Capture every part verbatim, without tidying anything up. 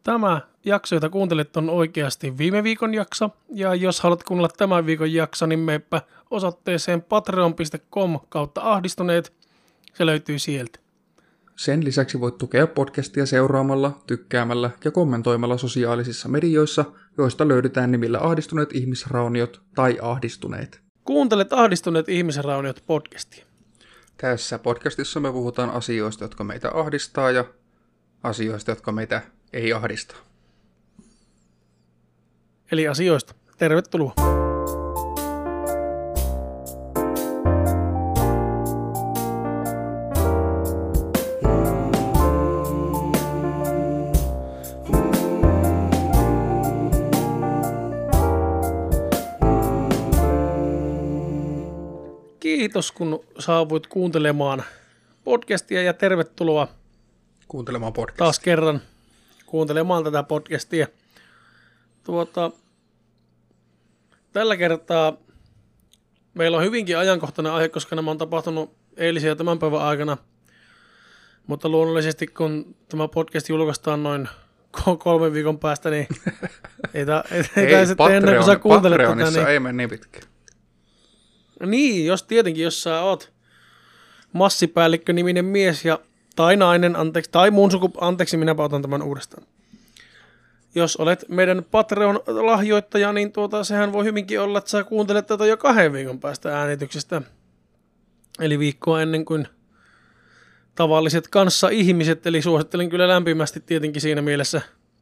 Tämä jakso, jota kuuntelet, on oikeasti viime viikon jakso. Ja jos haluat kuunnella tämän viikon jakso, niin meepä osoitteeseen patreon piste com kautta ahdistuneet. Se löytyy sieltä. Sen lisäksi voit tukea podcastia seuraamalla, tykkäämällä ja kommentoimalla sosiaalisissa medioissa, joista löydetään nimillä Ahdistuneet ihmisrauniot tai Ahdistuneet. Kuuntelet Ahdistuneet ihmisrauniot podcastia. Tässä podcastissa me puhutaan asioista, jotka meitä ahdistaa ja asioista, jotka meitä ei ahdista. Eli asioista. Tervetuloa. Kiitos, kun saavuit kuuntelemaan podcastia ja tervetuloa Kuuntelemaan podcastia. Taas kerran kuuntelemaan tätä podcastia. Tuota, tällä kertaa meillä on hyvinkin ajankohtainen aihe, koska nämä on tapahtunut eilisen ja tämän päivän aikana. Mutta luonnollisesti, kun tämä podcast julkaistaan noin kolmen viikon päästä, niin ei tämä ei sitten ennen kuin sä kuuntelet tätä. Niin ei mene niin pitkä. Niin, jos tietenkin, jos sä oot massipäällikkö-niminen mies ja tai nainen, anteeksi, tai muun suku, anteeksi, minäpä otan tämän uudestaan. Jos olet meidän Patreon-lahjoittaja, niin tuota, sehän voi hyvinkin olla, että sä kuuntelet tätä jo kahden viikon päästä äänityksestä. Eli viikkoa ennen kuin tavalliset kanssa-ihmiset, eli suosittelen kyllä lämpimästi tietenkin siinä mielessä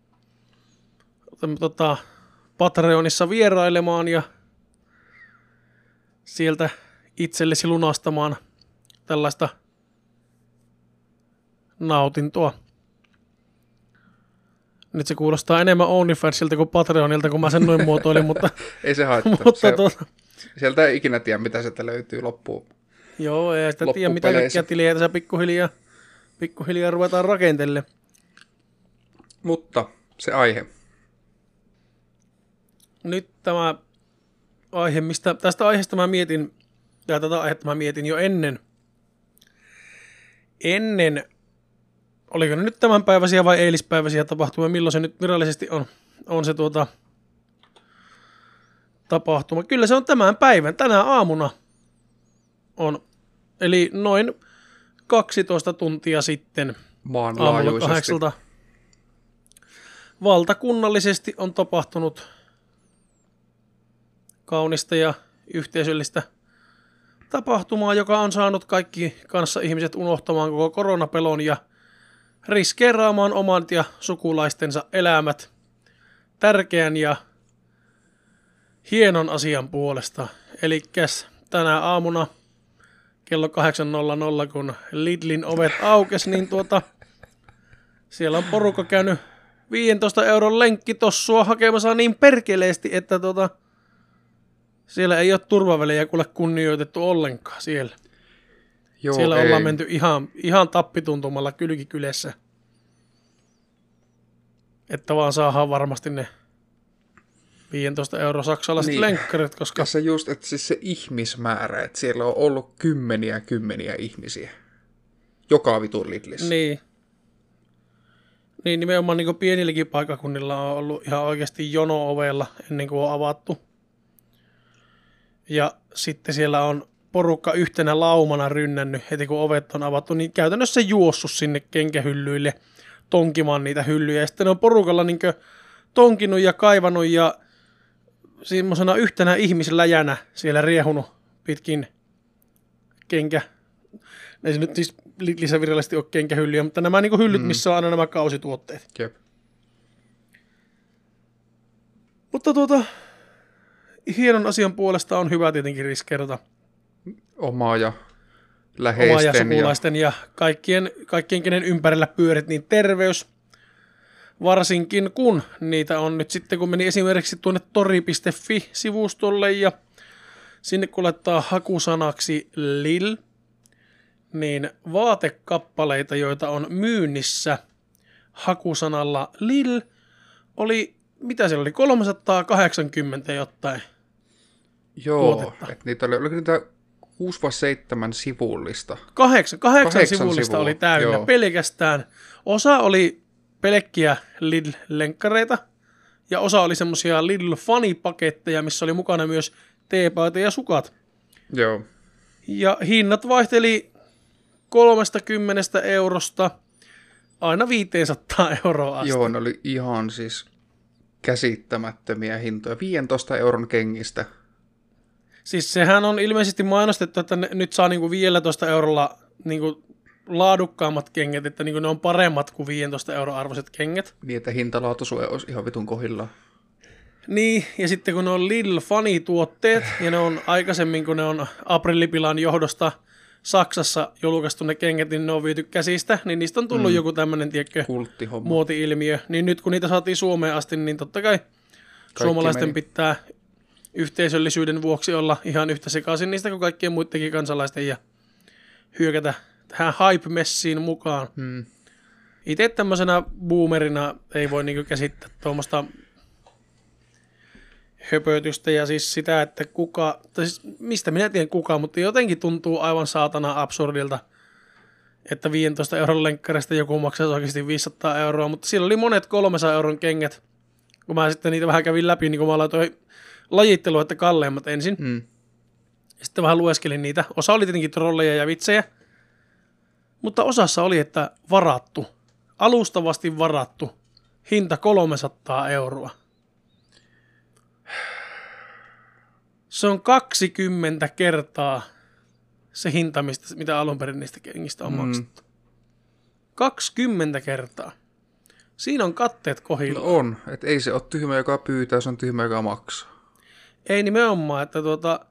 tota, Patreonissa vierailemaan ja sieltä itsellesi lunastamaan tällaista nautintoa. Nyt se kuulostaa enemmän OnlyFansilta kuin Patreonilta, kun mä sen noin muotoilin, mutta ei se haittaa. mutta se, tuota, sieltä ei ikinä tiedä, mitä sieltä löytyy loppuun. Joo, ei sitä tiedä, mitä kaikkia tilejä tässä pikkuhiljaa, pikkuhiljaa ruvetaan rakentelemaan. Mutta se aihe. Nyt tämä aihe, mistä tästä aiheesta mä mietin, ja tätä aihetta mä mietin jo ennen, ennen, oliko ne nyt tämänpäiväisiä vai eilispäiväisiä tapahtumia, milloin se nyt virallisesti on, on se tuota tapahtuma. Kyllä se on tämän päivän, tänä aamuna on, eli noin kaksitoista tuntia sitten aamulla kahdeksalta valtakunnallisesti on tapahtunut kaunista ja yhteisöllistä tapahtumaa, joka on saanut kaikki kanssa ihmiset unohtamaan koko koronapelon ja riskeeraamaan omat ja sukulaistensa elämät tärkeän ja hienon asian puolesta. Elikkäs tänä aamuna kello kahdeksan nolla nolla, kun Lidlin ovet aukesi, niin tuota, siellä on porukka käynyt viisitoista euron lenkkitossua hakemassa niin perkeleesti, että tuota, siellä ei ole turvavälejä kuule kunnioitettu ollenkaan siellä. Joo, siellä ei. Ollaan menty ihan, ihan tappituntumalla kylkikylässä. Että vaan saadaan varmasti ne viisitoista euro saksalaiset niin. lenkkarit, koska ja se just, että siis se ihmismäärä, että siellä on ollut kymmeniä kymmeniä ihmisiä. Joka vitun Lidlissä. Niin. Niin nimenomaan niin kuin pienilläkin paikakunnilla on ollut ihan oikeasti jono ovella ennen kuin on avattu. Ja sitten siellä on porukka yhtenä laumana rynnännyt heti kun ovet on avattu, niin käytännössä juossut sinne kenkähyllyille tonkimaan niitä hyllyjä. Ja sitten ne on porukalla niin tonkinut ja kaivannut ja semmoisena yhtenä ihmisläjänä siellä riehunut pitkin kenkä. Ei se nyt siis lisävirallisesti ole kenkähyllyjä, mutta nämä niin hyllyt, mm. missä on aina nämä kausituotteet. Jep. Mutta tuota, hienon asian puolesta on hyvä tietenkin riskeerata omaa ja läheisten omaa ja sukulaisten ja, ja kaikkien, kaikkien, kenen ympärillä pyörit, niin terveys. Varsinkin kun niitä on nyt sitten, kun meni esimerkiksi tuonne tori piste fi-sivustolle ja sinne kun laittaa hakusanaksi Lil, niin vaatekappaleita, joita on myynnissä hakusanalla Lil, oli, mitä siellä oli, kolmesataakahdeksankymmentä jotain. Joo, että niitä oli, oliko niitä kuusi vai seitsemän sivullista? Kahdeksan, kahdeksan, kahdeksan sivullista sivua. Oli täynnä. Joo. Pelkästään. Osa oli pelkkiä Lidl-lenkkareita. Ja osa oli semmosia Lidl-fanipaketteja, missä oli mukana myös teepaita ja sukat. Joo. Ja hinnat vaihteli kolmekymmentä eurosta aina viisisataa euroa asti. Joo, ne oli ihan siis käsittämättömiä hintoja. viisitoista euron kengistä. Siis sehän on ilmeisesti mainostettu, että ne nyt saa niinku viisitoista eurolla niinku laadukkaammat kengät, että niinku ne on paremmat kuin viisitoista euron arvoiset kengät. Niin, että hintalaatusuja olisi ihan vitun kohillaan. Niin, ja sitten kun ne on Lidl-fanituotteet, ja ne on aikaisemmin, kun ne on Aprillipilan johdosta Saksassa julkaistu ne kengät, niin ne on viety käsistä, niin niistä on tullut mm. joku tämmöinen, tiedätkö, muoti-ilmiö. Niin nyt kun niitä saatiin Suomeen asti, niin totta kai Kaikki suomalaisten meni. Pitää yhteisöllisyyden vuoksi olla ihan yhtä sekaisin niistä kuin kaikkien muidenkin kansalaisten ja hyökätä tähän hype-messiin mukaan. Hmm. Itse tämmöisenä boomerina ei voi niinku käsittää tuommoista höpötystä ja siis sitä, että kuka, tai siis mistä minä tiedän kuka, mutta jotenkin tuntuu aivan saatana absurdilta, että viisitoista euron lenkkarista joku maksaa oikeasti viisisataa euroa, mutta siellä oli monet kolmesataa euron kengät, kun mä sitten niitä vähän kävin läpi, niin kun mä laitoin lajittelua, että kalleimmat ensin. Hmm. Ja sitten vähän lueskelin niitä. Osa oli tietenkin trolleja ja vitsejä, mutta osassa oli, että varattu, alustavasti varattu, hinta kolmesataa euroa. Se on kaksikymmentä kertaa se hinta, mistä, mitä alun perin niistä kengistä on mm. maksettu. kaksikymmentä kertaa. Siinä on katteet kohdillaan. No on, että ei se ole tyhmä, joka pyytää, se on tyhmä, joka maksaa. Ei nimenomaan, että tuota...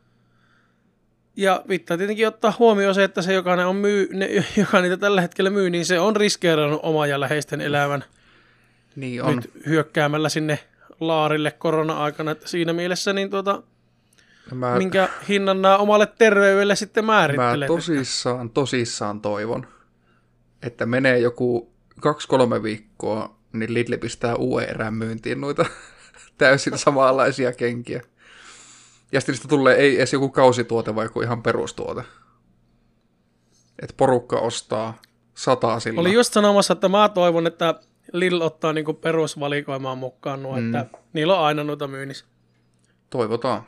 Ja pitää tietenkin ottaa huomioon se, että se, joka, ne on myy, ne, joka niitä tällä hetkellä myy, niin se on riskeerannut oma ja läheisten elämän. Niin on. Nyt hyökkäämällä sinne laarille korona-aikana, että siinä mielessä niin tuota... Mä, minkä hinnan nämä omalle terveydelle sitten määrittelee. Mä tosissaan, tosissaan toivon, että menee joku kaksi-kolme viikkoa, niin Lidl pistää uuden erään myyntiin noita täysin samanlaisia kenkiä. Ja sitten niistä tulee ei edes joku kausituote, vai joku ihan perustuote. Että porukka ostaa sataa sillä. Oli just sanomassa, että mä toivon, että Lidl ottaa niinku perusvalikoimaan mukaan nuo, mm. että niillä on aina noita myynnissä. Toivotaan.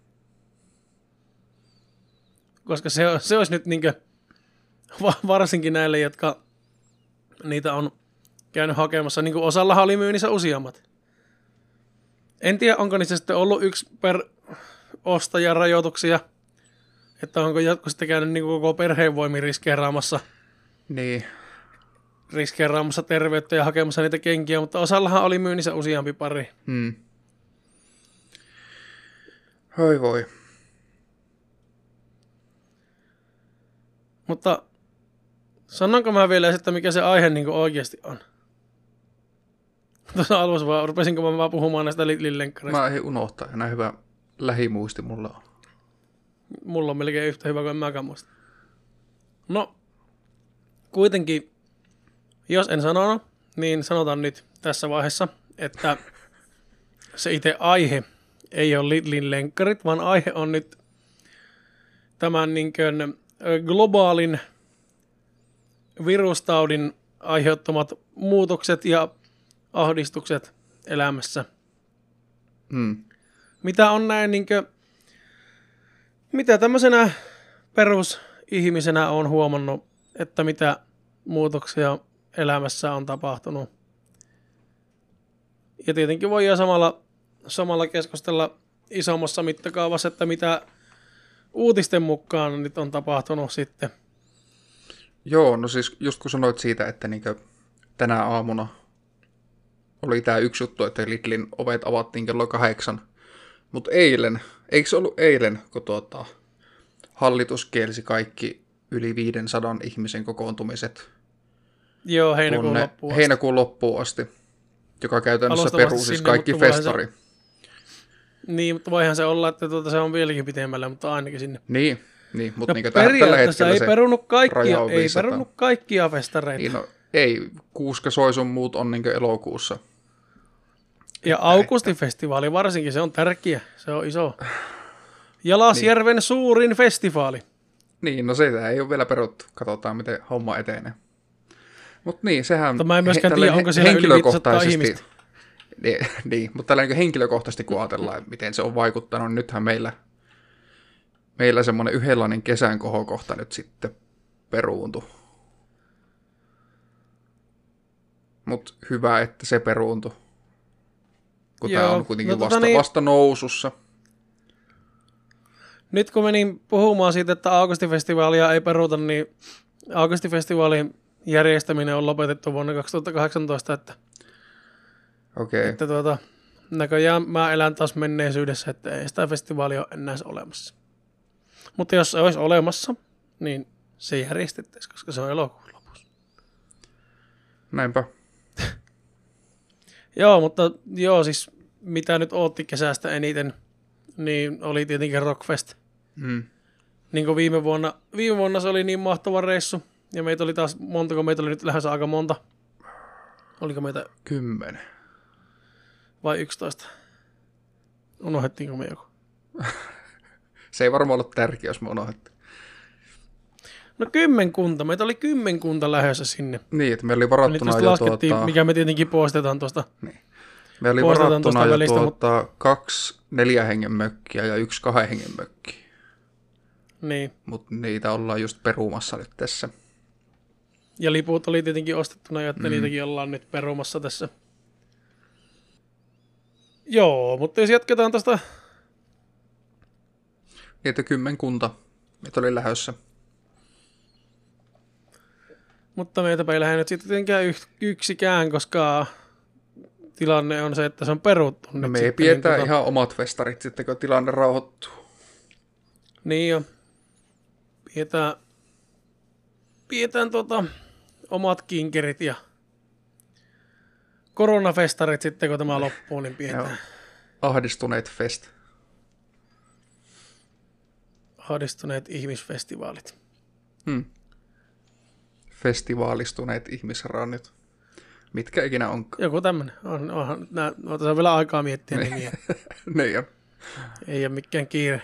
Koska se, se olisi nyt niinkö, varsinkin näille, jotka niitä on käynyt hakemassa, niin kuin osallahan oli myynnissä useammat. En tiedä, onko niissä sitten ollut yksi per ostajan rajoituksia, että onko jotkut sitten käynyt niin koko perheen voimin riskeeraamassa, niin. riskeeraamassa terveyttä ja hakemassa niitä kenkiä, mutta osallahan oli myynnissä useampi pari. Hmm. Hoi voi. Mutta sanonko mä vielä, että mikä se aihe niin oikeasti on? Tuossa alussa vaan, rupesinko mä vaan puhumaan näistä Lidl-lenkkareista? Mä en unohtaa, ja näin hyvä lähimuisti mulla on. Mulla on melkein yhtä hyvä kuin en mäkään muista. No, kuitenkin, jos en sanonut, niin sanotaan nyt tässä vaiheessa, että se itse aihe ei ole Lidlin lenkkarit, vaan aihe on nyt tämän niin kuin globaalin virustaudin aiheuttamat muutokset ja ahdistukset elämässä. Hmm. Mitä on näin niinkö, mitä tämmöisenä perusihmisenä on huomannut, että mitä muutoksia elämässä on tapahtunut. Ja tietenkin voidaan samalla, samalla keskustella isommassa mittakaavassa, että mitä uutisten mukaan nyt on tapahtunut sitten. Joo, no siis just kun sanoit siitä, että niinkö tänä aamuna oli tämä yksi juttu, että Lidlin ovet avattiin kello kahdeksan. Mutta eilen, eikö se ollut eilen, kun tuota, hallitus kielsi kaikki yli viisisataa ihmisen kokoontumiset? Joo, heinäkuun loppuun asti. Heinäkuun loppuun asti, joka käytännössä peruu siis kaikki festari. Se, niin, mutta voihan se olla, että tuota, se on vieläkin pitemmällä, mutta ainakin sinne. Niin, niin mutta no, niin tällä hetkellä ei se perunut kaikkia, ei perunut kaikkia festareita. Niin, no, ei, Kuuska Soisun muut on niin elokuussa. Ja Augustifestivaali varsinkin, se on tärkeä, se on iso. Jalasjärven niin. Suurin festivaali. Niin, no sitä ei ole vielä peruttu. Katsotaan, miten homma etenee. Mutta niin, sehän... Mutta mä en myöskään tiedä, onko siellä yli viisisataa ihmistä. Niin, niin, mutta tällä niin henkilökohtaisesti kun ajatellaan, miten se on vaikuttanut, niin nythän meillä, meillä semmoinen yhdenlainen kesän kohokohta nyt sitten peruuntui. Mutta hyvä, että se peruuntui, kun tämä on kuitenkin no, vasta, niin, vasta nousussa. Nyt kun menin puhumaan siitä, että Augustifestivaalia ei peruuta, niin Augustifestivaalin järjestäminen on lopetettu vuonna kaksituhattakahdeksantoista, että, okay. että tuota, näköjään mä elän taas menneisyydessä, että ei sitä festivaalia ole enää olemassa. Mutta jos se olisi olemassa, niin se järjestettäisiin, koska se on elokuun lopussa. Näinpä. Joo, mutta joo, siis mitä nyt ootti kesästä eniten, niin oli tietenkin Rockfest. Mm. Niin kuin viime vuonna, viime vuonna se oli niin mahtava reissu. Ja meitä oli taas, montako meitä oli nyt lähes aika monta. Oliko meitä? Kymmenen. Vai yksitoista? Unohdettiinko me joku? Se ei varmaan ollut tärkeä, jos me unohdettiin. No kymmenkunta. Meitä oli kymmenkunta lähdössä sinne. Niin, että me oli varattuna jo tuota... mikä me tietenkin poistetaan tuosta. Niin. Me oli varattuna jo välistä, tuota mutta... kaksi neljä hengen mökkiä ja yksi kahden hengen mökkiä. Niin. Mutta niitä ollaan just perumassa nyt tässä. Ja liput oli tietenkin ostettuna, jotta mm. niitäkin ollaan nyt perumassa tässä. Joo, mutta jos jatketaan tästä... Niitä kymmenkunta. Meitä oli lähdössä. Mutta meitä ei lähde nyt sitten tietenkään yksikään, koska tilanne on se, että se on peruttu. No me ei pidetään niin, ihan omat festarit sitten, kun tilanne rauhoittuu. Niin jo. Pidetään, pidetään tota, omat kinkerit ja koronafestarit sitten, kun tämä loppuu, niin pidetään. Ahdistuneet fest. Ahdistuneet ihmisfestivaalit. Hmm. Festivaalistuneet ihmisrannit. Mitkä ikinä onkaan. Joku tämmöinen. On, onhan, nää, on vielä aikaa miettiä nimiä. Niin on. Ei ole mikään kiire.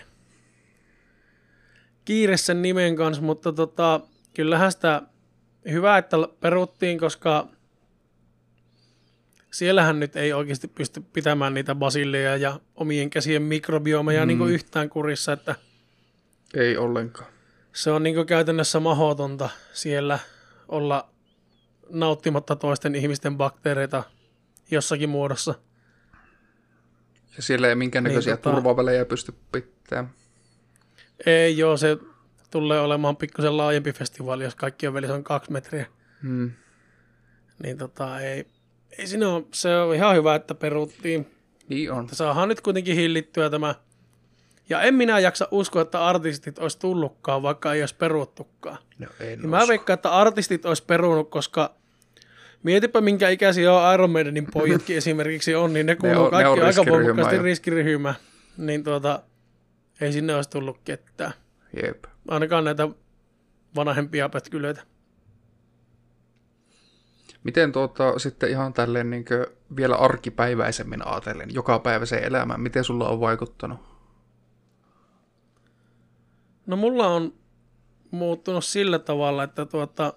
Kiire sen nimen kanssa, mutta tota, kyllähän sitä hyvä, että peruttiin, koska siellähän nyt ei oikeasti pysty pitämään niitä basilleja ja omien käsien mikrobiomeja mm. niin kuin yhtään kurissa, että ei ollenkaan. Se on niin kuin käytännössä mahdotonta siellä olla nauttimatta toisten ihmisten bakteereita jossakin muodossa. Ja siellä ei minkäännäköisiä niin, tota, turvavälejä pysty pitämään. Ei joo, se tulee olemaan pikkusen laajempi festivaali, jos kaikki on välissä on kaksi metriä. Hmm. Niin tota, ei, ei siinä ole, se on ihan hyvä, että peruttiin. Niin on. Mutta saadaan nyt kuitenkin hillittyä tämä. Ja en minä jaksa uskoa, että artistit olisi tullutkaan, vaikka ei olisi peruttukaan. No en niin mä veikkaan, että artistit olisi perunut, koska mietipä minkä ikäisiä on Iron Maidenin pojatkin esimerkiksi on, niin ne kuuluu ne kaikki aika voimakkaasti riskiryhmään. Niin tuota, ei sinne olisi tullut ketään. Jep. Ainakaan näitä vanhempia pötkylöitä. Miten tuota, sitten ihan tälleen niin vielä arkipäiväisemmin ajatellen, jokapäiväiseen elämään, miten sulla on vaikuttanut? No mulla on muuttunut sillä tavalla, että tuota,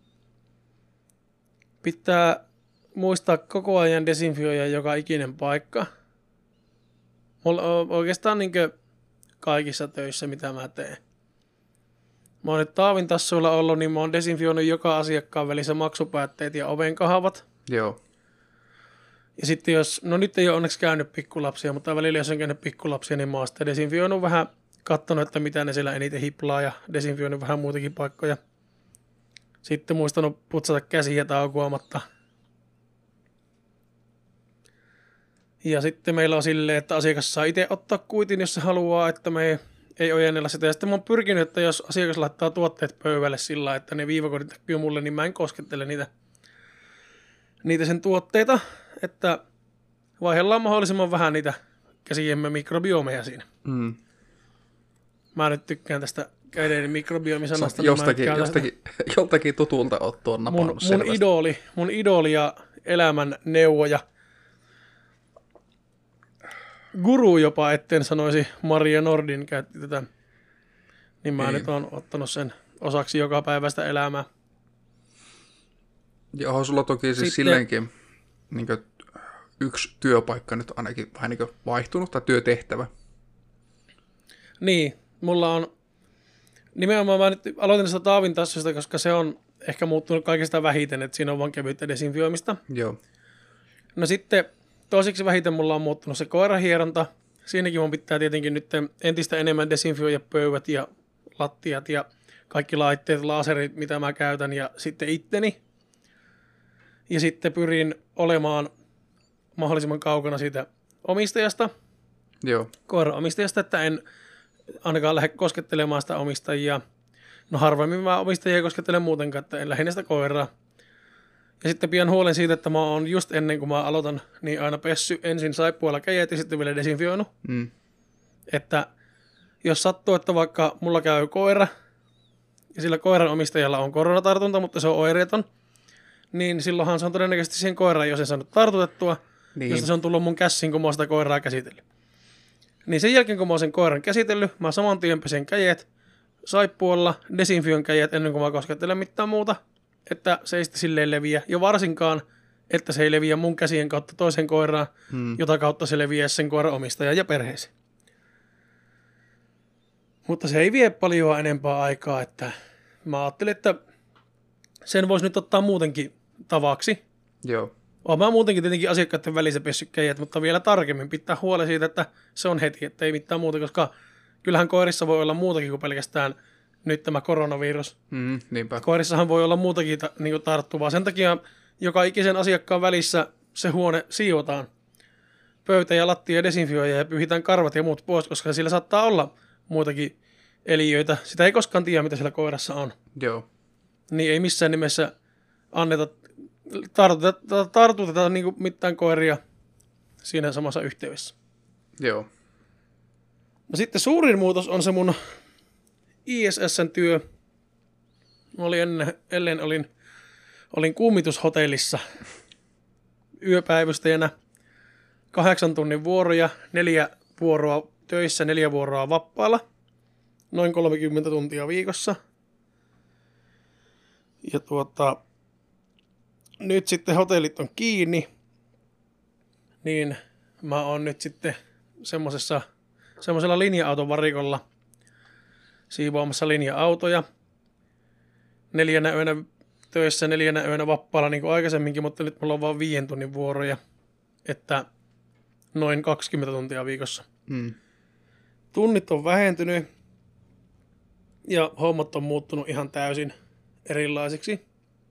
pitää muistaa koko ajan desinfioida joka ikinen paikka. Mulla on oikeastaan niin kaikissa töissä, mitä mä teen. Mä oon nyt Taavin tassuilla ollut, niin mä oon desinfioinut joka asiakkaan välissä maksupäätteet ja ovenkahvat. Joo. Ja sitten jos, no nyt ei ole onneksi käynyt pikkulapsia, mutta välillä jos on käynyt pikkulapsia, niin mä oon sitten desinfioinut vähän, katsonut, että mitä ne siellä eniten hiplaa ja desinfioinut vähän muitakin paikkoja. Sitten muistanut putsata käsiä taukoamatta. Ja sitten meillä on silleen, että asiakas saa itse ottaa kuitin, jos se haluaa, että me ei ojennella sitä. Ja sitten mä oon pyrkinyt, että jos asiakas laittaa tuotteet pöydälle sillä lailla, että ne viivakodit näkyy mulle, niin mä en koskettele niitä, niitä sen tuotteita. Että vaihdellaan mahdollisimman vähän niitä käsiemme mikrobiomeja siinä. Mm. Mä nyt tykkään tästä käden mikrobiomisanasta. Jostakin, niin jostakin, joltakin tutulta oot tuon napannut mun, mun idoli, mun idoli ja elämän neuvoja. Guru jopa, etten sanoisi, Maria Nordin käytti tätä. Niin mä Ei. nyt oon ottanut sen osaksi joka päivästä elämää. Ja onhan sulla toki siis Sitten, silleenkin niin kuin, yksi työpaikka nyt ainakin vähän niin kuin vaihtunut, tai työtehtävä. Niin, mulla on, nimenomaan mä nyt aloitin sitä Taavin tassusta, koska se on ehkä muuttunut kaikista vähiten, että siinä on vaan kevyttä desinfioimista. Joo. No sitten toiseksi vähiten mulla on muuttunut se koirahieronta. Siinäkin mun pitää tietenkin nyt entistä enemmän desinfioida pöydät ja lattiat ja kaikki laitteet, laserit, mitä mä käytän, ja sitten itteni. Ja sitten pyrin olemaan mahdollisimman kaukana siitä omistajasta, Joo. koiran omistajasta, että en ainakaan lähde koskettelemaan sitä omistajia. No harvemmin mä omistajia koskettelen muutenkaan, että en lähinnä sitä koiraa. Ja sitten pian huolen siitä, että mä oon just ennen kuin mä aloitan, niin aina pessy ensin saippualla kädet ja sitten vielä desinfioinut. Mm. Että jos sattuu, että vaikka mulla käy koira, ja sillä koiran omistajalla on koronatartunta, mutta se on oireeton, niin silloinhan se on todennäköisesti siihen koiraan jo sen saanut tartutettua, niin. Josta se on tullut mun käsiin, kun mä oon sitä koiraa käsitellyt. Niin sen jälkeen, kun mä oon sen koiran käsitellyt, mä saman tien pesen kädet saippualla, desinfioin kädet ennen kuin mä koskettelen mitään muuta, että se ei sitten silleen leviä. Ja varsinkaan, että se ei leviä mun käsien kautta toisen koiraan, hmm. jota kautta se leviää sen koiran omistajan ja perheeseen. Mutta se ei vie paljon enempää aikaa, että mä ajattelin, että sen voisi nyt ottaa muutenkin tavaksi. Joo. Oon mä muutenkin tietenkin asiakkaiden välissä pessy kädet, mutta vielä tarkemmin pitää huoli siitä, että se on heti, että ei mitään muuta, koska kyllähän koirissa voi olla muutakin kuin pelkästään nyt tämä koronavirus. Mm, niinpä. Koirissahan voi olla muutakin ta- niin kuin tarttuvaa. Sen takia joka ikisen asiakkaan välissä se huone siivotaan. Pöytä ja lattia desinfioidaan ja pyyhitään karvat ja muut pois, koska sillä saattaa olla muitakin eliöitä. Sitä ei koskaan tiedä, mitä siellä koirassa on. Joo. Niin ei missään nimessä anneta, tartuteta, tartuteta niin kuin mitään koiria siinä samassa yhteydessä. Joo. No sitten suurin muutos on se mun I S S:n työ. Mä olin ennen, ennen olin, olin kummitushotellissa yöpäivystäjänä. Kahdeksan tunnin vuoroja, neljä vuoroa töissä, neljä vuoroa vapaalla. Noin kolmekymmentä tuntia viikossa. Ja tuota, nyt sitten hotellit on kiinni, niin mä oon nyt sitten semmosessa, semmosella linja-auton varikolla siivoamassa linja-autoja. Neljänä yönä töissä, neljänä yönä vapaalla niin kuin aikaisemminkin, mutta nyt mulla on vaan viiden tunnin vuoroja, että noin kaksikymmentä tuntia viikossa. Mm. Tunnit on vähentynyt ja hommat on muuttunut ihan täysin erilaisiksi.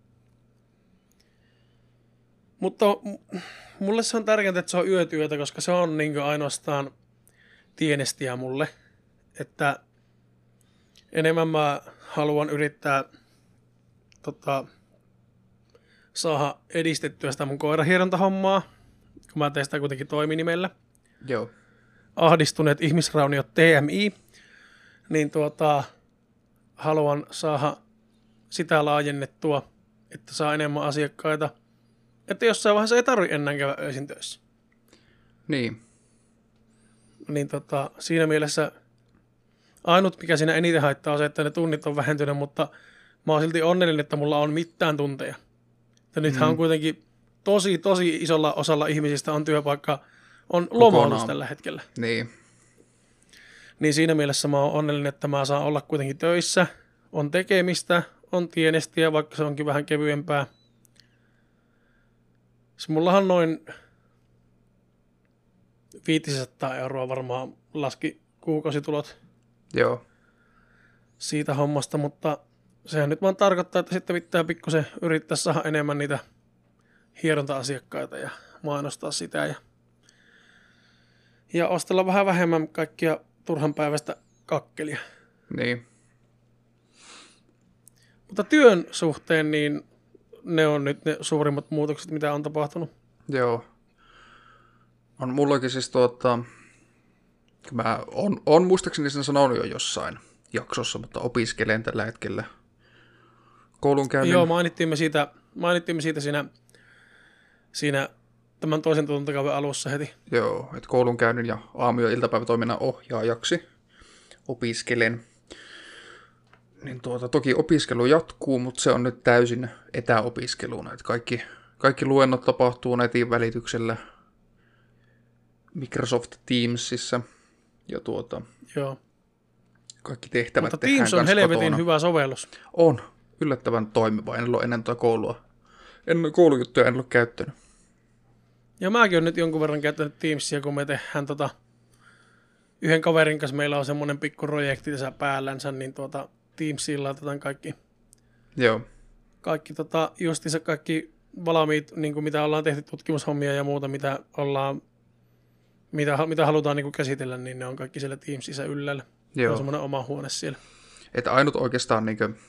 Mutta mulle se on tärkeintä, että se on yötyötä, koska se on niin kuin ainoastaan tienestiä mulle. Että enemmän mä haluan yrittää tota, saada edistettyä sitä mun koirahierontahommaa, kun mä teen sitä kuitenkin toiminimellä. Joo. Ahdistuneet ihmisrauniot T M I, niin tuota, haluan saada sitä laajennettua, että saa enemmän asiakkaita. Että jossain vaiheessa ei tarvitse enää käydä öisin töissä. Niin. Niin tota, siinä mielessä ainut, mikä siinä eniten haittaa, on se, että ne tunnit on vähentynyt, mutta mä oon silti onnellinen, että mulla on mitään tunteja. Ja nythän mm. on kuitenkin tosi, tosi isolla osalla ihmisistä on työpaikka, on lomautus tällä hetkellä. Niin. Niin siinä mielessä mä oon onnellinen, että mä saan olla kuitenkin töissä, on tekemistä, on tienestiä, vaikka se onkin vähän kevyempää. Se mullahan noin viisisataa euroa varmaan laski kuukausitulot Joo. siitä hommasta, mutta sehän nyt vaan tarkoittaa, että sitten pitää pikkusen yrittää saada enemmän niitä hieronta-asiakkaita ja mainostaa sitä ja, ja ostella vähän vähemmän kaikkia turhan päivästä kakkelia. Niin. Mutta työn suhteen niin ne on nyt ne suurimmat muutokset, mitä on tapahtunut. Joo. On mullakin siis tuota, mä on, on muistaakseni sen sanonut jo jossain jaksossa, mutta opiskelen tällä hetkellä koulunkäynnin. Joo, mainittiin me siitä, mainittiin me siitä siinä, siinä tämän toisen tuotantokauden alussa heti. Joo, että koulunkäynnin ja aamu- ja iltapäivätoiminnan ohjaajaksi opiskelen. niin tuota, toki opiskelu jatkuu, mutta se on nyt täysin etäopiskeluna. Että kaikki, kaikki luennot tapahtuu netin välityksellä Microsoft Teamsissa ja tuota, Joo. kaikki tehtävät Mutta tehdään Teams on kanssa helvetin kotona. hyvä sovellus. On. Yllättävän toimiva. En ole ennen tuota koulua. En koulujuttuja en ole käyttänyt. Ja mäkin olen nyt jonkun verran käyttänyt Teamsia, kun me tehdään tota, yhden kaverin kanssa meillä on semmoinen pikku projekti tässä päällänsä, niin tuota, Teamsiin laitetaan kaikki, Joo. kaikki tota, justiinsa kaikki valmiit, niin kuin mitä ollaan tehty tutkimushommia ja muuta, mitä ollaan, mitä, mitä halutaan niin kuin käsitellä, niin ne on kaikki siellä Teamsissa yllällä. Joo. On semmoinen oma huone siellä. Että ainut oikeastaan niin kuin,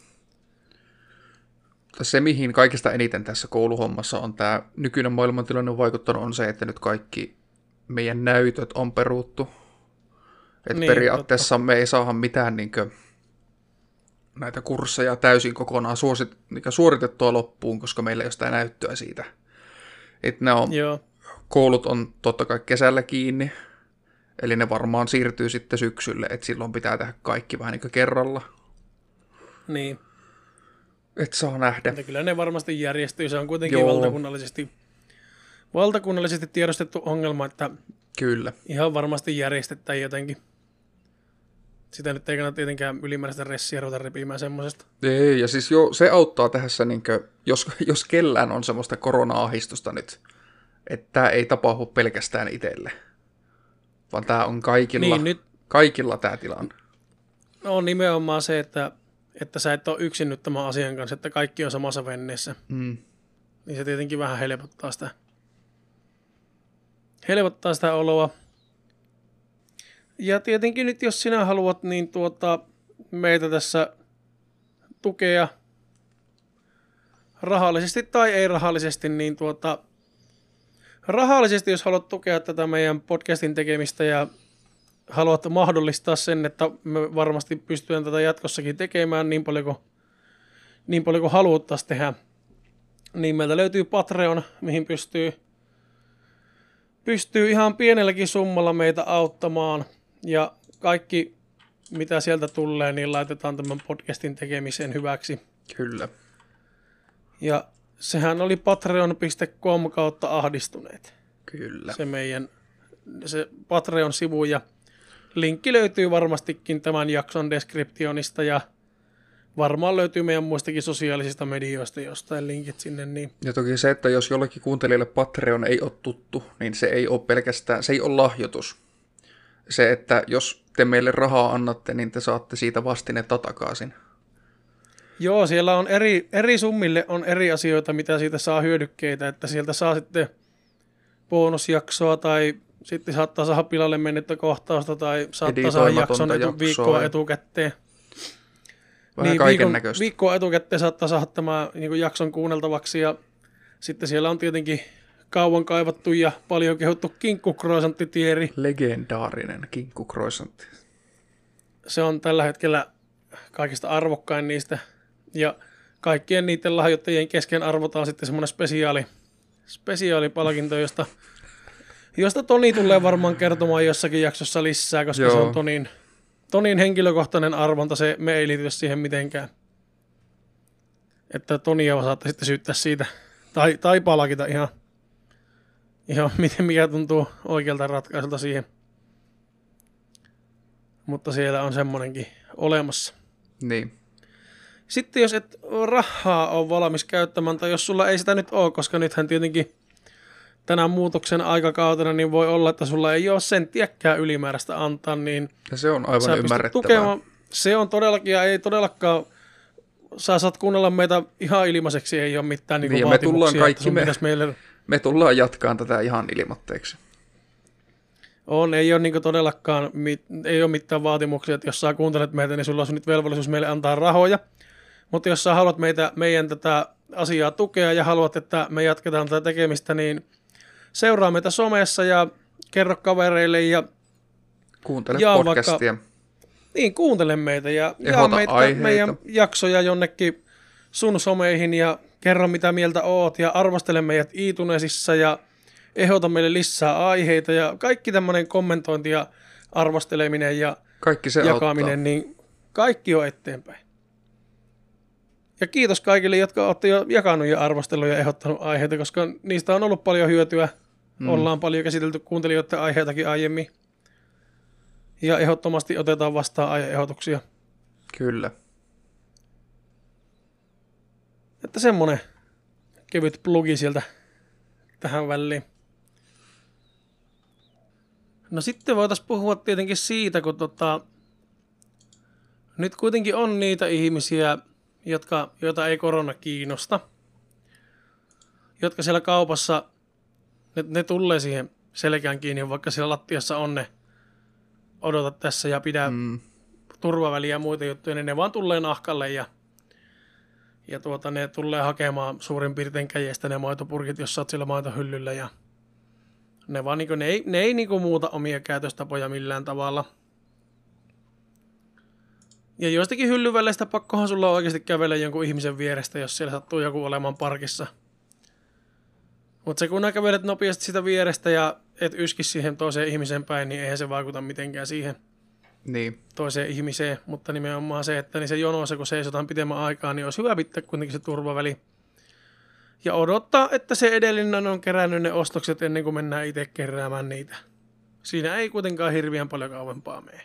se, mihin kaikista eniten tässä kouluhommassa on tämä nykyinen maailmantilanne vaikuttanut, on se, että nyt kaikki meidän näytöt on peruuttu. Että Niin, periaatteessa totta. Me ei saada mitään niin kuin, näitä kursseja täysin kokonaan suosit, niin suoritettua loppuun, koska meillä ei ole sitä näyttöä siitä. Että ne on, Joo. koulut on totta kai kesällä kiinni, eli ne varmaan siirtyy sitten syksylle, että silloin pitää tehdä kaikki vähän niin kuin kerralla. Niin. Et saa nähdä. Mutta kyllä ne varmasti järjestyy. Se on kuitenkin Joo. valtakunnallisesti, valtakunnallisesti tiedostettu ongelma, että Kyllä. ihan varmasti järjestetään jotenkin. Sitä nyt ei kannata tietenkään ylimääräistä ressiä ruveta repimään semmoisesta. Ei, ja siis jo, se auttaa tässä, niin kuin, jos, jos kellään on semmoista korona-ahistusta nyt, että tämä ei tapahdu pelkästään itselle, vaan tämä on kaikilla, Niin, nyt kaikilla tämä tilanne. on nimenomaan se, että, että sä et ole yksin nyt tämän asian kanssa, että kaikki on samassa venneessä. Mm. Niin se tietenkin vähän helpottaa sitä, helpottaa sitä oloa. Ja tietenkin nyt, jos sinä haluat, niin tuota, meitä tässä tukea rahallisesti tai ei rahallisesti, niin tuota, rahallisesti, jos haluat tukea tätä meidän podcastin tekemistä ja haluat mahdollistaa sen, että me varmasti pystytään tätä jatkossakin tekemään niin paljon kuin, niin paljon kuin haluttaisiin tehdä, niin meiltä löytyy Patreon, mihin pystyy, pystyy ihan pienelläkin summalla meitä auttamaan. Ja kaikki, mitä sieltä tulee, niin laitetaan tämän podcastin tekemiseen hyväksi. Kyllä. Ja sehän oli patreon piste com kautta ahdistuneet. Kyllä. Se meidän se Patreon-sivu ja linkki löytyy varmastikin tämän jakson deskriptionista ja varmaan löytyy meidän muistakin sosiaalisista medioista jostain linkit sinne. Niin. Ja toki se, että jos jollekin kuuntelijalle Patreon ei ole tuttu, niin se ei ole pelkästään, se ei ole lahjoitus. Se, että jos te meille rahaa annatte, niin te saatte siitä vastinetta takaisin. Joo, siellä on eri, eri summille on eri asioita, mitä siitä saa hyödykkeitä, että sieltä saa sitten bonusjaksoa tai sitten saattaa saada pilalle mennyttä kohtausta tai saattaa saada jakson etu, viikkoa etukäteen. Vähän niin, kaiken viikon, näköistä. viikkoa etukäteen saattaa saada tämä niin kuin jakson kuunneltavaksi ja sitten siellä on tietenkin kauan kaivattu ja paljon kehuttu kinkkukroisanttitieri. Legendaarinen kinkkukroisantti. Se on tällä hetkellä kaikista arvokkain niistä. Ja kaikkien niiden lahjoittajien kesken arvotaan sitten semmoinen spesiaali, spesiaalipalkinto, josta, josta Toni tulee varmaan kertomaan jossakin jaksossa lisää, koska Joo. se on Tonin, Tonin henkilökohtainen arvonta. Se, me ei liity siihen mitenkään. Että Tonia saatte sitten syyttää siitä. Tai, tai palkita ihan, ihan miten mikä tuntuu oikealta ratkaisulta siihen. Mutta siellä on semmoinenkin olemassa. Niin. Sitten jos et rahaa ole valmis käyttämään, tai jos sulla ei sitä nyt ole, koska nythän tietenkin tänä muutoksen aikakautena niin voi olla, että sulla ei ole senttiäkään ylimääräistä antaa, niin ja se on aivan ymmärrettävää. Tukemaan. Se on todellakin, ja ei todellakaan, sä saat kuunnella meitä ihan ilmaiseksi, ei ole mitään niin, niin vaatimuksia, me tullaan, että me, meille... me tullaan jatkaan tätä ihan ilmoitteeksi. On, ei ole niin todellakaan, ei ole mitään vaatimuksia, että jos sä kuuntelet meitä, niin sulla on nyt velvollisuus meille antaa rahoja. Mutta jos sä haluat meitä, meidän tätä asiaa tukea ja haluat, että me jatketaan tätä tekemistä, niin seuraa meitä somessa ja kerro kavereille ja kuuntele podcastia. Vaikka, niin, kuuntele meitä ja jaa meitä, meidän jaksoja jonnekin sun someihin ja kerro mitä mieltä oot ja arvostele meidät iTunesissa ja ehdota meille lisää aiheita ja kaikki tämmöinen kommentointi ja arvosteleminen ja kaikki se jakaminen, auttaa. Niin kaikki on eteenpäin. Ja kiitos kaikille, jotka olette jo jakanut ja arvostellut ja ehdottanut aiheita, koska niistä on ollut paljon hyötyä. Mm. Ollaan paljon käsitelty kuuntelijoiden aiheitakin aiemmin. Ja ehdottomasti otetaan vastaan aihe-ehdotuksia. Kyllä. Että semmonen kevyt plugi sieltä tähän väliin. No sitten voitaisiin puhua tietenkin siitä, kun tota, nyt kuitenkin on niitä ihmisiä, jotka, joita ei korona kiinnosta, jotka siellä kaupassa, ne, ne tulee siihen selkään kiinni, vaikka siellä lattiassa on ne odota tässä ja pidä mm. turvaväliä ja muita juttuja, niin ne vaan tulee nahkalle ja, ja tuota, ne tulee hakemaan suurin piirtein käjestä ne maitopurkit, jos sä oot siellä maitohyllyllä ja ne, vaan niinku, ne ei, ne ei niinku muuta omia käytöstapoja millään tavalla. Ja joistakin hyllyväleistä pakkohan sulla on oikeasti kävellä jonkun ihmisen vierestä, jos siellä sattuu joku olemaan parkissa. Mutta se kun nää kävelet nopeasti sitä vierestä ja et yski siihen toiseen ihmiseen päin, niin eihän se vaikuta mitenkään siihen niin. toiseen ihmiseen. Mutta nimenomaan se, että niin se jonossa, kun seisotaan pitemmän aikaa, niin olisi hyvä pitää kuitenkin se turvaväli. Ja odottaa, että se edellinen on kerännyt ne ostokset ennen kuin mennään itse keräämään niitä. Siinä ei kuitenkaan hirveän paljon kauempaa mene.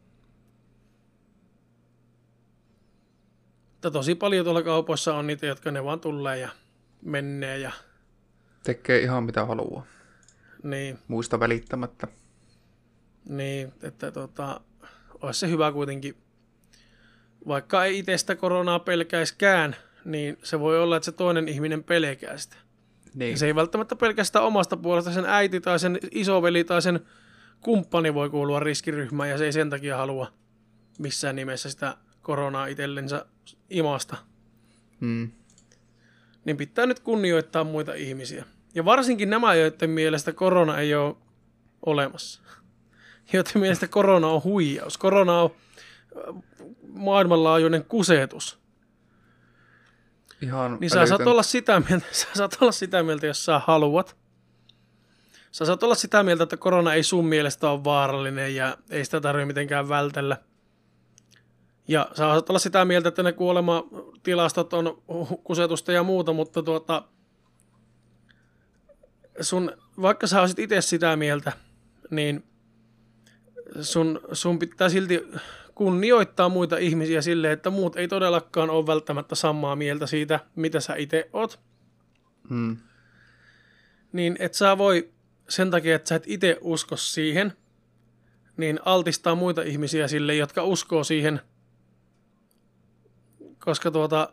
Mutta tosi paljon tuolla kaupoissa on niitä, jotka ne vaan tulee ja menee ja tekee ihan mitä haluaa. Niin. Muista välittämättä. Niin, että tota, olisi se hyvä kuitenkin. Vaikka ei itse sitä koronaa pelkäiskään, niin se voi olla, että se toinen ihminen pelkää sitä. Niin. Se ei välttämättä pelkää sitä omasta puolesta. Sen äiti tai sen isoveli tai sen kumppani voi kuulua riskiryhmään ja se ei sen takia halua missään nimessä sitä koronaa itsellensä imasta. Hmm. Niin pitää nyt kunnioittaa muita ihmisiä. Ja varsinkin nämä, joiden mielestä korona ei ole olemassa. Joiden mielestä korona on huijaus. Korona on maailmanlaajuinen kusetus. Ihan niin sä saat, olla sitä mieltä, sä saat olla sitä mieltä, jos sä haluat. Sä saat olla sitä mieltä, että korona ei sun mielestä ole vaarallinen ja ei sitä tarvitse mitenkään vältellä. Ja sä saat olla sitä mieltä, että ne kuolematilastot on kusetusta ja muuta, mutta tuota, sun, vaikka sä olisit itse sitä mieltä, niin sun, sun pitää silti kunnioittaa muita ihmisiä silleen, että muut ei todellakaan ole välttämättä samaa mieltä siitä, mitä sä itse oot. Hmm. Niin et sä voi sen takia, että sä et itse usko siihen, niin altistaa muita ihmisiä sille, jotka uskoo siihen, koska tuota,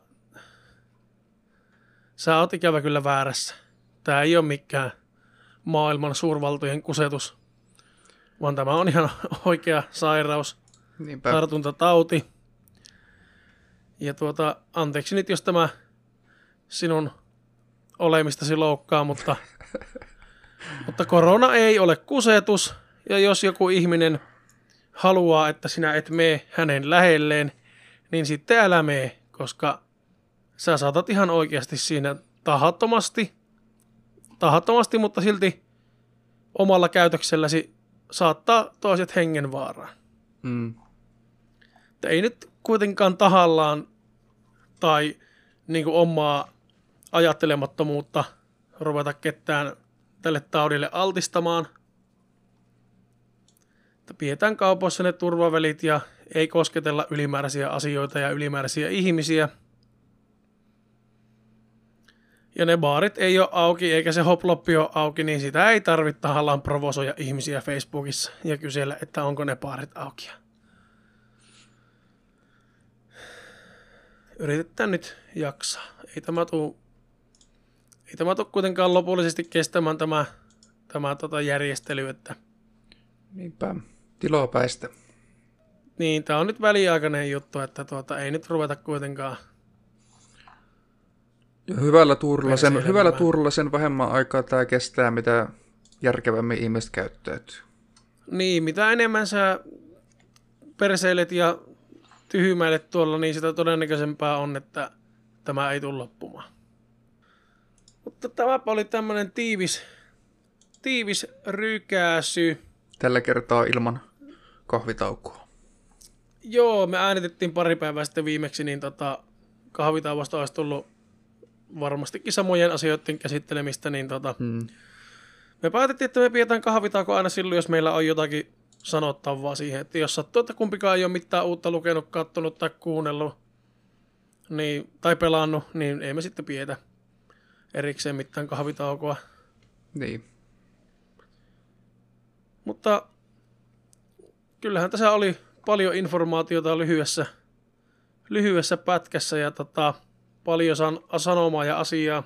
sä oot ikävä kyllä väärässä. Tää ei ole mikään maailman suurvaltojen kusetus, vaan tämä on ihan oikea sairaus, niinpä. Tartuntatauti. Ja tuota, anteeksi nyt, jos tämä sinun olemistasi loukkaa, mutta, mutta korona ei ole kusetus. Ja jos joku ihminen haluaa, että sinä et mene hänen lähelleen, niin sitten älä mene, koska sä saatat ihan oikeasti siinä tahattomasti, tahattomasti, mutta silti omalla käytökselläsi saattaa toiset hengenvaaraan. Mm. Ei nyt kuitenkaan tahallaan tai niin kuin omaa ajattelemattomuutta ruveta ketään tälle taudille altistamaan. Pidetään kaupoissa ne turvavälit ja ei kosketella ylimääräisiä asioita ja ylimääräisiä ihmisiä. Ja ne baarit ei ole auki eikä se hoploppi ole auki, niin sitä ei tarvitse tahallaan provosoida ihmisiä Facebookissa ja kysellä, että onko ne baarit auki. Yritetään nyt jaksaa. Ei tämä tule, ei tämä tule kuitenkaan lopullisesti kestämään tämä, tämä tota järjestely, että niinpä, tilapäistä. Niin, tämä on nyt väliaikainen juttu, että tuota, ei nyt ruveta kuitenkaan. Ja hyvällä tuurilla sen, hyvällä tuurilla sen vähemmän aikaa tämä kestää, mitä järkevämmin ihmiset käyttäytyy. Niin, mitä enemmän sä perseilet ja tyhmäilet tuolla, niin sitä todennäköisempää on, että tämä ei tule loppumaan. Mutta tämä oli tämmöinen tiivis, tiivis rykäsy. Tällä kertaa ilman kahvitaukoa. Joo, me äänitettiin pari päivää sitten viimeksi niin tota, kahvitauosta olisi tullut varmastikin samojen asioiden käsittelemistä, niin tota, Hmm. me päätettiin, että me pidetään kahvitauko aina silloin, jos meillä on jotakin sanottavaa siihen, että jos sattuu, että kumpikaan ei ole mitään uutta lukenut, kattonut tai kuunnellut niin, tai pelannut, niin ei me sitten pidetä erikseen mitään kahvitaukoa. Niin. Mutta kyllähän tässä oli paljon informaatiota lyhyessä, lyhyessä pätkässä ja tota, paljon san, sanomaa ja asiaa.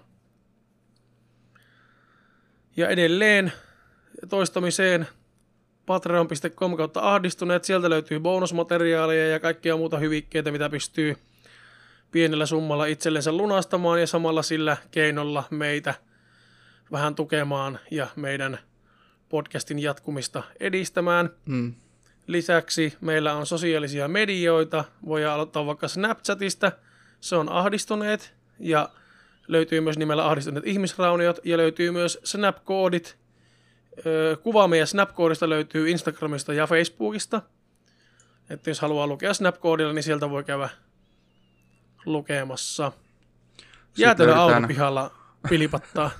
Ja edelleen toistamiseen patreon piste com kautta ahdistuneet. Sieltä löytyy bonusmateriaalia ja kaikkia muuta hyvikkeitä, mitä pystyy pienellä summalla itsellensä lunastamaan ja samalla sillä keinolla meitä vähän tukemaan ja meidän podcastin jatkumista edistämään. Hmm. Lisäksi meillä on sosiaalisia medioita. Voidaan aloittaa vaikka Snapchatista. Se on ahdistuneet ja löytyy myös nimellä ahdistuneet ihmisrauniot ja löytyy myös Snapkoodit. Kuva meidän Snapkoodista löytyy Instagramista ja Facebookista. Että jos haluaa lukea Snapkoodilla, niin sieltä voi käydä lukemassa. Jäätelö autopihalla pilipattaa.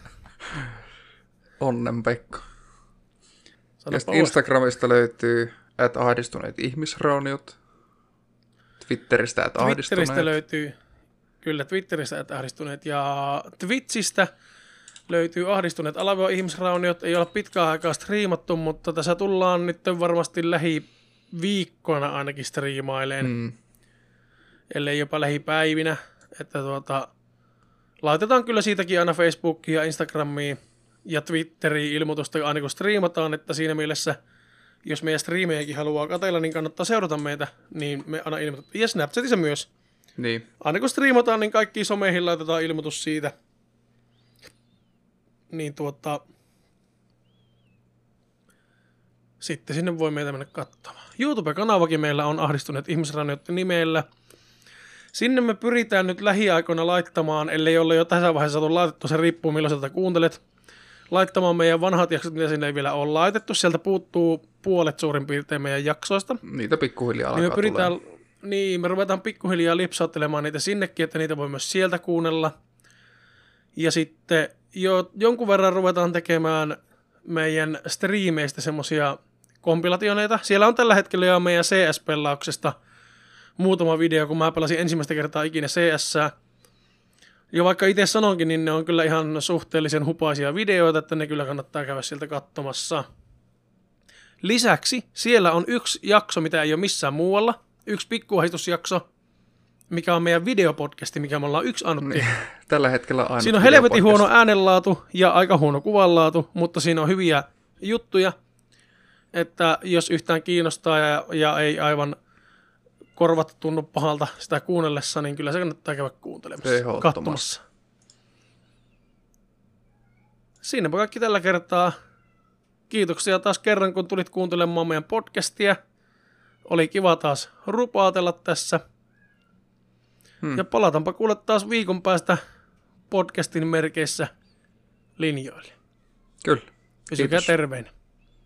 Onnen Pekka. Ja Sanoppa Instagramista löytyy at ahdistuneet ihmisrauniot. Twitteristä at ahdistuneet. Twitteristä löytyy, kyllä Twitteristä at ahdistuneet ja Twitchistä löytyy ahdistuneet alavion ihmisrauniot. Ei ole pitkään aikaa striimattu, mutta tässä tullaan nyt varmasti lähiviikkoina ainakin striimaileen. Hmm. Ellei jopa lähipäivinä. Että tuota, laitetaan kyllä siitäkin aina Facebookiin ja Instagramiin ja Twitteriin ilmoitusta aina kun striimataan, että siinä mielessä, jos meidän striimejäkin haluaa katsella, niin kannattaa seurata meitä, niin me aina ilmoitetaan. Ja Snapchatissa myös. Niin. Aina kun striimataan, niin kaikkiin someihin laitetaan ilmoitus siitä. Niin tuota, sitten sinne voi meitä mennä katsomaan. YouTube-kanavakin meillä on ahdistuneet ihmisraunioiden nimellä. Sinne me pyritään nyt lähiaikoina laittamaan, ellei ole jo tässä vaiheessa saatu laitettu, se riippuu milloin sieltä kuuntelet, laittamaan meidän vanhat jaksot, mitä sinne ei vielä ole laitettu. Sieltä puuttuu puolet suurin piirtein meidän jaksoista. Niitä pikkuhiljaa Niin me alkaa pyritään, tulee. niin, me ruvetaan pikkuhiljaa lipsauttelemaan niitä sinnekin, että niitä voi myös sieltä kuunnella. Ja sitten jo jonkun verran ruvetaan tekemään meidän striimeistä semmosia kompilationeita. Siellä on tällä hetkellä jo meidän C S-pelauksesta muutama video, kun mä pelasin ensimmäistä kertaa ikinä C S. Ja vaikka itse sanonkin, niin ne on kyllä ihan suhteellisen hupaisia videoita, että ne kyllä kannattaa käydä sieltä katsomassa. Lisäksi siellä on yksi jakso, mitä ei ole missään muualla. Yksi pikkuahdistusjakso, mikä on meidän videopodcasti, mikä me ollaan yksi ainut Niin. Tällä hetkellä aina. Siinä on helvetin huono äänenlaatu ja aika huono kuvanlaatu, mutta siinä on hyviä juttuja, että jos yhtään kiinnostaa ja, ja ei aivan korvat tunnu pahalta sitä kuunnellessa, niin kyllä se kannattaa käydä kuuntelemassa, katsomassa. Siinäpä kaikki tällä kertaa. Kiitoksia taas kerran, kun tulit kuuntelemaan meidän podcastia. Oli kiva taas rupaatella tässä. Hmm. Ja palataanpa kuule taas viikon päästä podcastin merkeissä linjoille. Kyllä. Pysykää terveinä.